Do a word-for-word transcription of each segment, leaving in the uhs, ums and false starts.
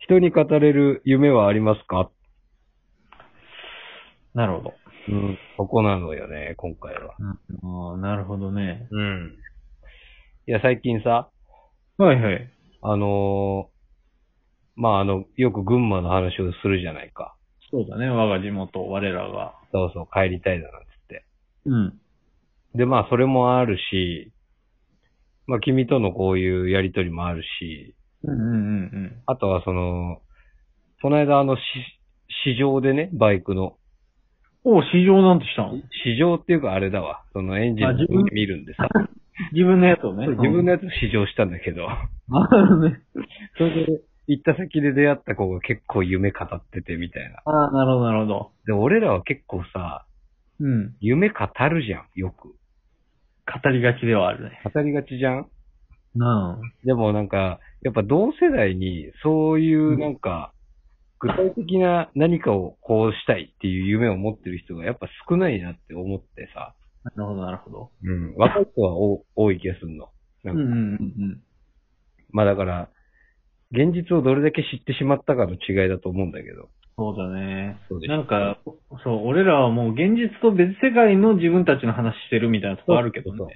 人に語れる夢はありますか？ なるほど。 うん、そこなのよね、今回は。 うん、ああ、なるほどね。 うん。いや、最近さ、 はいはい。 あのーまあ、あの、よく群馬の話をするじゃないか。 そうだね、我が地元、我らが。 そうそう、帰りたいだなんつって。 うん。 で、まあ、それもあるし、まあ、君とのこういうやりとりもあるし、 うんうんうんあとはその、この間あの、し試乗でね、バイクの、 うん。お、試乗なんてしたの？ 試乗っていうかあれだわ。そのエンジンあ、 の自分、 見るんでさ、 自分のやつをね。 自分のやつ試乗したんだけど、 あるね。 それで行った先で出会った子が結構夢語っててみたいな。 ああ、なるほど、なるほど。 で、俺らは結構さ、 うん。 夢語るじゃん、よく。 語りがちではあるね。 語りがちじゃん。 なあ。 でもなんか、やっぱ同世代にそういううん。 なんか、具体的な何かをこうしたいっていう夢を持ってる人がやっぱ少ないなって思ってさ。 なるほど、なるほど。 うん。若い人はお多い気がするの。なんか、 うんうんうんまあだから、現実をどれだけ知ってしまったかの違いだと思うんだけど。 そうだね。 そうでしょ。 なんか、そう、俺らはもう現実と別世界の自分たちの話してるみたいなとそうこあるけどね。 そうそう。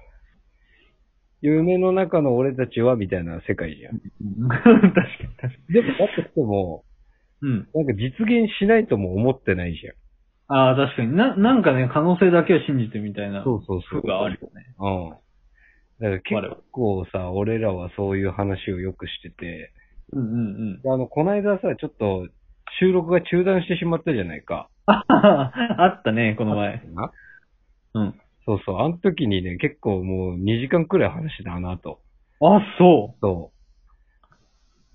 夢の中の俺たちはみたいな世界じゃん。 うん確かに確かに。 でもだとしても、 うん。 なんか実現しないとも思ってないじゃん。 ああ、確かにな、なんかね、可能性だけは信じてみたいなそうそうそう。 風があるよね。 うん。だから結我々。 構さ、俺らはそういう話をよくしてて、 うんうんうん。 であの、この間さ、ちょっと収録が中断してしまったじゃないか。 ああったね、このあった前。 かな。 うん。 そうそう。あの時にね、結構もうにじかんくらい話してたなと。 あ、そそう。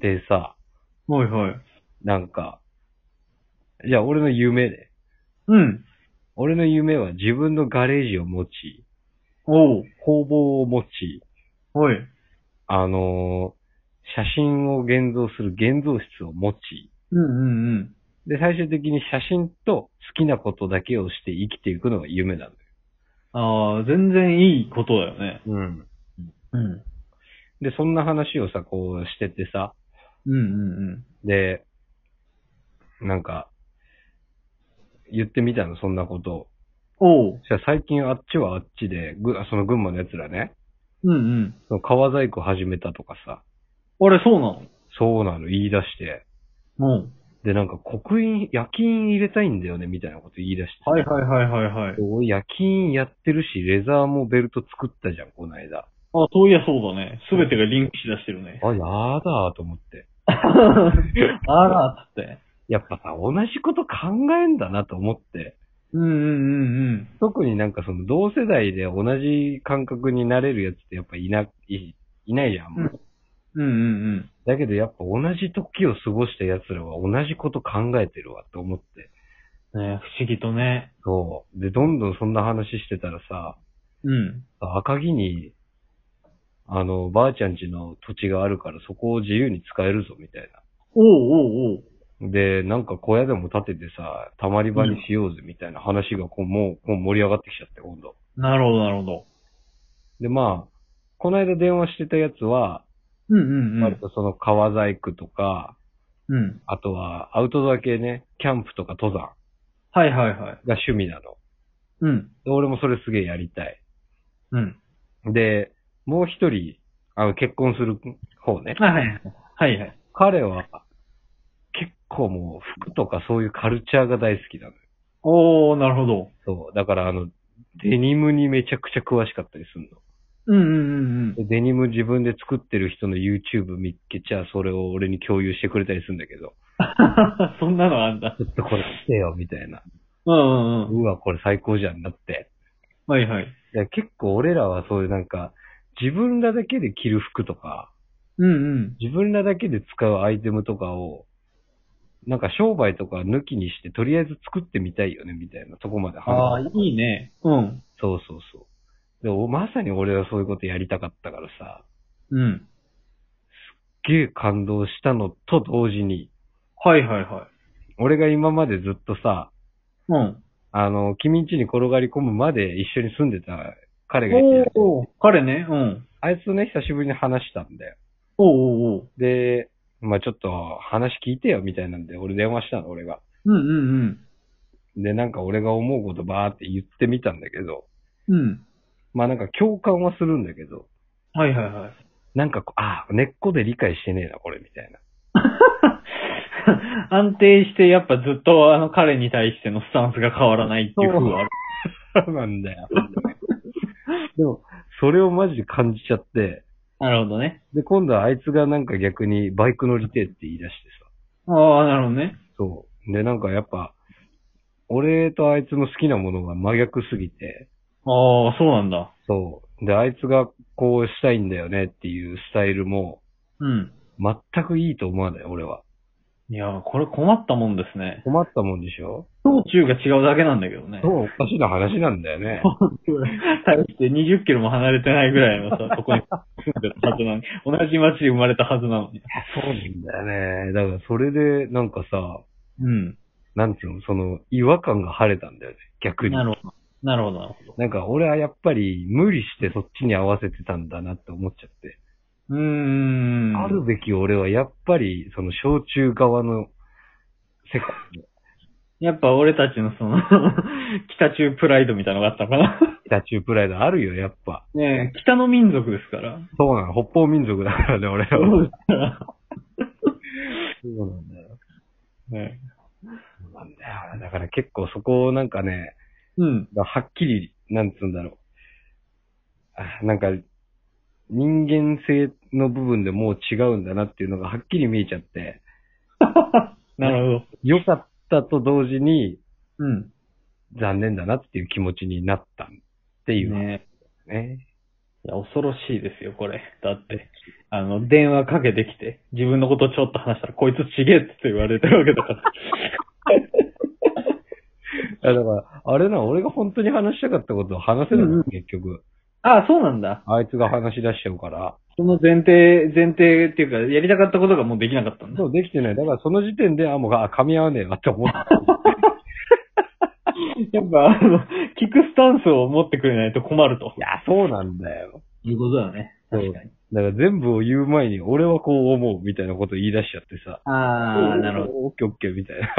でさ、 う。はいはい。 なんか、じゃあ俺の夢で。 うん。 俺の夢は自分のガレージを持ち、 おう。 工房を持ち、 おい。 あのー写真を現像する現像室を持ち、 うんうんうん。 で、最終的に写真と好きなことだけをして生きていくのが夢なんだよ。 ああ、全然いいことだよね。 うん。 うん。 で、そんな話をさ、こうしててさ、 うんうんうん。 で、なんか、言ってみたの、そんなことを。 おう。 じゃあ最近あっちはあっちで、ぐ、その群馬の奴らね、 うんうん。 その革細工始めたとかさ、 あれ、そうなの？ そうなの言い出して、 うん。 で、なんか刻印、夜勤入れたいんだよね、みたいなこと言い出してさ。 はいはいはいはいはい。 俺夜勤やってるし、レザーもベルト作ったじゃん、この間。 あ、そういやそうだね。すべてがリンクしだしてるね。 あ、やだーと思って。 あら、つって。 やっぱさ、同じこと考えんだなと思って。 うんうんうんうん。 特になんかその同世代で同じ感覚になれるやつってやっぱいな、い、いないじゃん、もう。 うんうんうんだけどやっぱ同じ時を過ごした奴らは同じこと考えてるわと思って。 うん。ね、不思議とね。 そう。で、どんどんそんな話してたらさ、 うん。 赤城に、あの、ばあちゃん家の土地があるからそこを自由に使えるぞ、みたいおうおうおう。 な。で、なんか小屋でも建ててさ、たまり場にうん。 しようぜ、みたいな話がこう、もう、こう盛り上がってきちゃって、今度。 なるほどなるほど。 で、まあ、この間電話してたやつは、 うんうんうん。 割とその川細工とか、 うん。 あとはアウトドア系ね、キャンプとか登山はいはいはい。 が趣味なの。 うん。 で俺もそれすげえやりたい。 うん。 で、もう一人、あの、結婚する方ね。 はいはい。はいはい。 彼は、結構もう服とかそういうカルチャーが大好きなのよ。 おー、なるほど。 そう。だからあの、デニムにめちゃくちゃ詳しかったりするの。 うんうんうんでデニム自分で作ってる人の YouTube 見っけちゃ、それを俺に共有してくれたりするんだけど、 うん。そんなのあんだ。 ちょっとこれ見てよ、みたいな。 うんうんうん。 うわ、これ最高じゃんなって。 はいはい。 で結構俺らはそういうなんか、自分らだけで着る服とか、 うんうん。 自分らだけで使うアイテムとかを、なんか商売とか抜きにして、とりあえず作ってみたいよね、みたいなとこまで話ああ、いいね。うん。 そうそうそう。で、おまさに俺はそういうことやりたかったからさ、 うん。 すっげえ感動したのと同時に、 はいはいはい。 俺が今までずっとさ、 うん。 あの、君ん家に転がり込むまで一緒に住んでた彼がいてじゃん、 おー、彼ね。うん。 あいつとね、久しぶりに話したんだよ。 おうおうおう。 で、 まあちょっと話聞いてよみたいなんで、俺電話したの、俺が。 うんうんで、なんか俺が思うことバーって言ってみたんだけど、 うん。うん。 まあなんか共感はするんだけど、 はいはいはい。 なんかこう、ああ、根っこで理解してねえな、これ、みたいな。 安定してやっぱずっとあの彼に対してのスタンスが変わらないっていう風はある。 そうなんだよ。でも、それをマジで感じちゃって、 なるほどね。 で、今度はあいつがなんか逆にバイク乗りてえって言い出してさ。 ああ、なるほどね。 そう。で、なんかやっぱ、俺とあいつの好きなものが真逆すぎて、 ああ、そうなんだ。 そう。で、あいつがこうしたいんだよねっていうスタイルも、 うん。 全くいいと思わない、俺は。 いや、これ困ったもんですね。 困ったもんでしょ？ 小中が違うだけなんだけどね。 そう、おかしな話なんだよね。 対してにじゅっキロも離れてないぐらいのさ、そこに住んでたはずなのに。同じ町で生まれたはずなのに。 そうなんだよね。だからそれで、なんかさ、 うん。 なんつうの、その、違和感が晴れたんだよね、逆に。 なるほど。なるほど、なるほど。 なんか俺はやっぱり無理してそっちに合わせてたんだなって思っちゃって。 うーん。 あるべき俺はやっぱり、その小中側の世界で、 やっぱ俺たちのその、北中プライドみたいなのがあったのかな。 北中プライドあるよ、やっぱ。 ねえ、北の民族ですから。 そうなの、北方民族だからね、俺は。 そうですから。 そうなんだよ。 ねそうなんだよ。だから結構そこをなんかね、 うん。 はっきり、なんつうんだろう。あなんか、人間性の部分でもう違うんだなっていうのがはっきり見えちゃって、 なるほど。 良かったと同時にうん。 残念だなっていう気持ちになったっていうねね。 いや、恐ろしいですよ、これ。だって、あの、電話かけてきて、自分のことちょっと話したら、こいつちげえって言われてるわけだから。 いやだから、あれな、俺が本当に話したかったことを話せなかった、 うんうん結局。 ああ、そうなんだ。 あいつが話し出しちゃうから。 その前提、前提っていうか、やりたかったことがもうできなかったんだ。 そう、できてない。だからその時点で、あ、もう、あ、噛み合わねえなって思った。 やっぱ、あの、聞くスタンスを持ってくれないと困ると。 いや、そうなんだよ。 いうことだね。確かに。 だから全部を言う前に、俺はこう思うみたいなこと言い出しちゃってさ。 ああ、なるほど。 オッケーオッケーみたいな。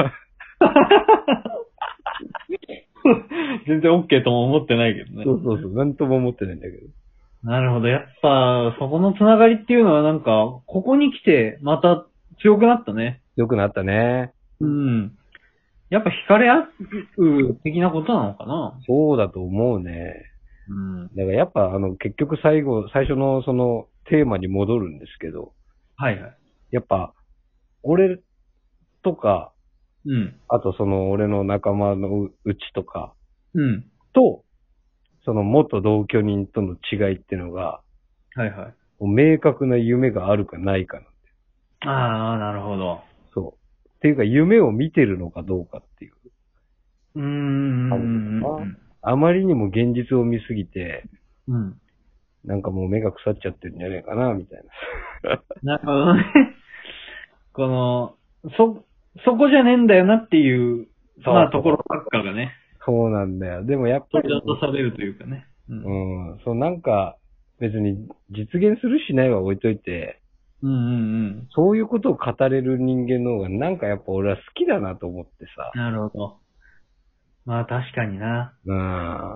全然 OK とも思ってないけどね。 そうそうそう、なんとも思ってないんだけど。 なるほど。やっぱ、そこのつながりっていうのはなんか、ここに来て、また強くなったね。 よくなったね。 うん。やっぱ惹かれ合う的なことなのかな。 そうだと思うね。 うん。 だからやっぱあの、結局最後、最初のそのテーマに戻るんですけど、 はいはい。 やっぱ、俺とか、 うん。 あとその俺の仲間のううちとかうん。 と、その元同居人との違いっていうのが、 はいはい。 もう明確な夢があるかないかなんで。 ああ、なるほど。 そう。っていうか夢を見てるのかどうかっていう。 うーん。 あまりにも現実を見すぎて、 うん。 なんかもう目が腐っちゃってるんじゃねえかな、みたいな。 なるほどね。この、そ、そこじゃねえんだよなっていう、 そうまあところばっかがね、 そうなんだよ。でもやっぱり、 取り出されるというかね。うん。 うん、そうなんか、別に実現するしないは置いといて、 うんうんうん。 そういうことを語れる人間の方がなんかやっぱ俺は好きだなと思ってさ。 なるほど。まあ確かにな。 うん。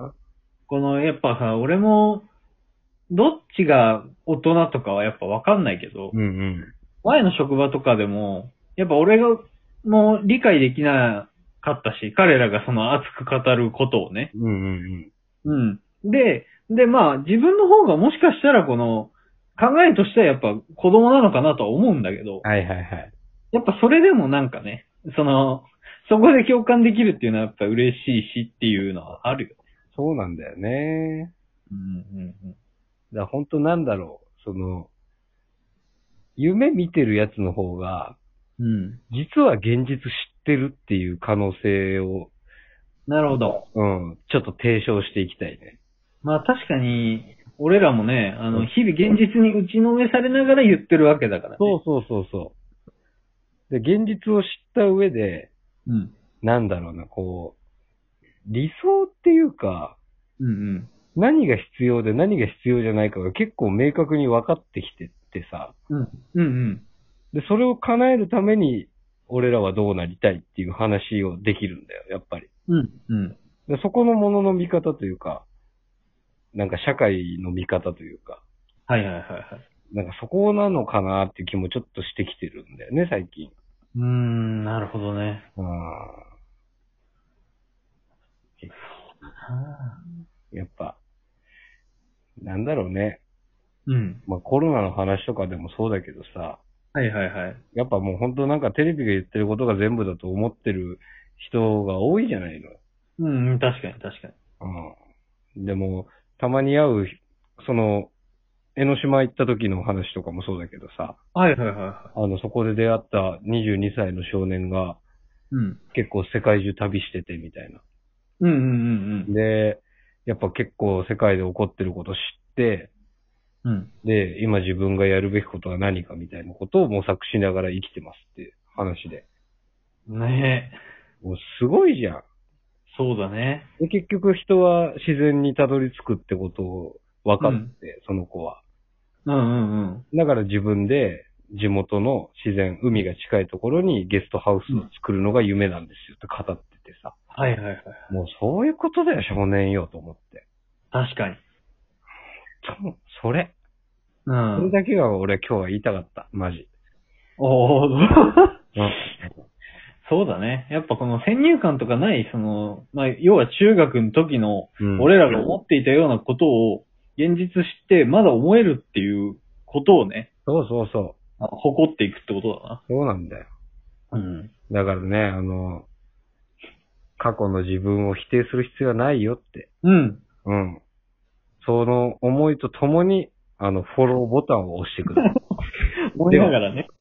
この、やっぱさ、俺も、どっちが大人とかはやっぱわかんないけど、 うんうん。 前の職場とかでも、やっぱ俺がもう理解できなかったし、彼らがその熱く語ることをね。 うんうんうん。で、で、まあ自分の方がもしかしたらこの考えとしてはやっぱ子供なのかなとは思うんだけど、 はいはいはい。 やっぱそれでもなんかね、その、そこで共感できるっていうのはやっぱ嬉しいしっていうのはあるよ。 そうなんだよね。 うんうんうん。 だから本当なんだろう。その、夢見てるやつの方が、 うん。 実は現実知ってるっていう可能性を、 なるほど。 うん、ちょっと提唱していきたいね。 まあ確かに、俺らもね、あの、日々現実に打ちのめされながら言ってるわけだからね。 そうそうそうそう。で、現実を知った上で、 うん。 なんだろうな、こう、理想っていうか、 うんうん。 何が必要で何が必要じゃないかが結構明確に分かってきてってさ、 うん。うんうん。 で、それを叶えるために、俺らはどうなりたいっていう話をできるんだよ、やっぱり。 うん。うん。 でそこのものの見方というか、なんか社会の見方というか、 はいはいはいはい。 なんかそこなのかなっていう気もちょっとしてきてるんだよね、最近。 うーん、なるほどね。 あはやっぱ、なんだろうね。 うん。 まあコロナの話とかでもそうだけどさ、 はいはいはい。 やっぱもう本当なんかテレビが言ってることが全部だと思ってる人が多いじゃないの。 うん、確かに確かに。 うん。でも、たまに会う、その、江ノ島行った時の話とかもそうだけどさ、 はいはいはいはあの、そこで出会ったにじゅうにさいの少年がい。うん。 結構世界中旅しててみたいな。 うんうんうんで、やっぱ結構世界で起こってること知って、 うん。うん。 で、今自分がやるべきことは何かみたいなことを模索しながら生きてますっていう話で。 ねえ。 もうすごいじゃん。 そうだね。 で、結局人は自然にたどり着くってことを分かって、その子は。 うんうんうん。 だから自分で地元の自然、海が近いところにゲストハウスを作るのが夢なんですよって語っててさ。 はいはいはい。 もうそういうことだよ、少年よと思って。 確かに。 それ。 うそれん。 だけが俺今日は言いたかった。マジ。 おー、 うんそうだね。やっぱこの先入観とかない、その、まあ、要は中学の時のうん。 俺らが思っていたようなことを現実知ってまだ思えるっていうことをね、 そうそうそう。 あ誇っていくってことだな。 そうなんだよ。 うん。 だからね、あの、過去の自分を否定する必要はないよって。 うん。 うん。その思いとともに、あの、フォローボタンを押してください。 思いながらね。